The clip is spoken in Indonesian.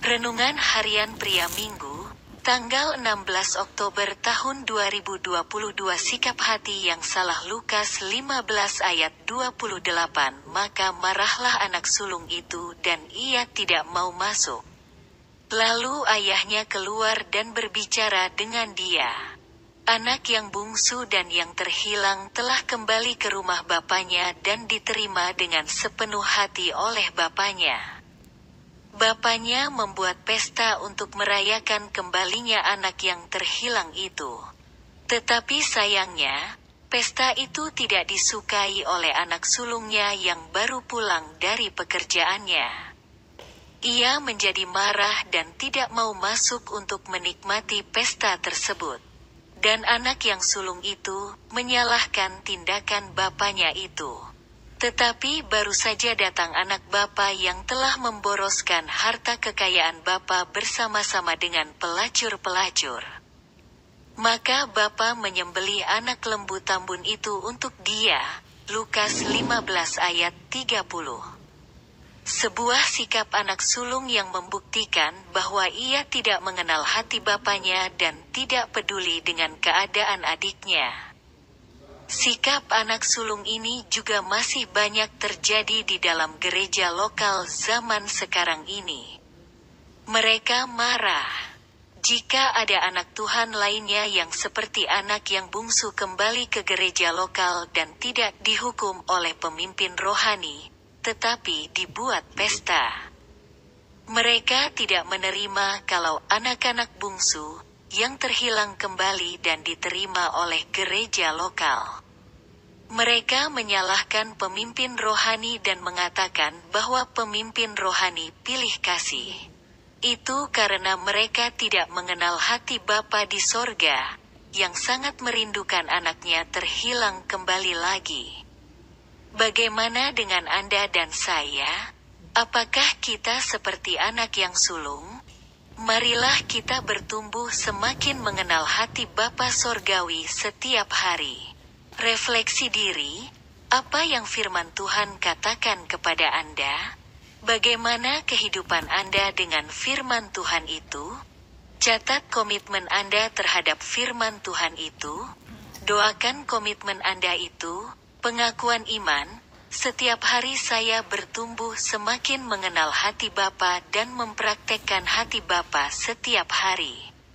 Renungan Harian Pria Minggu, tanggal 16 Oktober tahun 2022. Sikap hati yang salah. Lukas 15 ayat 28. Maka marahlah anak sulung itu dan ia tidak mau masuk. Lalu ayahnya keluar dan berbicara dengan dia. Anak yang bungsu dan yang terhilang telah kembali ke rumah bapaknya dan diterima dengan sepenuh hati oleh bapaknya. Bapaknya membuat pesta untuk merayakan kembalinya anak yang terhilang itu. Tetapi sayangnya, pesta itu tidak disukai oleh anak sulungnya yang baru pulang dari pekerjaannya. Ia menjadi marah dan tidak mau masuk untuk menikmati pesta tersebut. Dan anak yang sulung itu menyalahkan tindakan bapaknya itu. Tetapi baru saja datang anak bapa yang telah memboroskan harta kekayaan bapa bersama-sama dengan pelacur-pelacur. Maka bapa menyembelih anak lembu tambun itu untuk dia. Lukas 15 ayat 30. Sebuah sikap anak sulung yang membuktikan bahwa ia tidak mengenal hati bapaknya dan tidak peduli dengan keadaan adiknya. Sikap anak sulung ini juga masih banyak terjadi di dalam gereja lokal zaman sekarang ini. Mereka marah jika ada anak Tuhan lainnya yang seperti anak yang bungsu kembali ke gereja lokal dan tidak dihukum oleh pemimpin rohani, tetapi dibuat pesta. Mereka tidak menerima kalau anak-anak bungsu yang terhilang kembali dan diterima oleh gereja lokal. Mereka menyalahkan pemimpin rohani dan mengatakan bahwa pemimpin rohani pilih kasih. Itu karena mereka tidak mengenal hati Bapa di sorga, yang sangat merindukan anaknya terhilang kembali lagi. Bagaimana dengan Anda dan saya? Apakah kita seperti anak yang sulung? Marilah kita bertumbuh semakin mengenal hati Bapa Sorgawi setiap hari. Refleksi diri, apa yang firman Tuhan katakan kepada Anda? Bagaimana kehidupan Anda dengan firman Tuhan itu? Catat komitmen Anda terhadap firman Tuhan itu. Doakan komitmen Anda itu, pengakuan iman. Setiap hari saya bertumbuh semakin mengenal hati Bapa dan mempraktekkan hati Bapa setiap hari.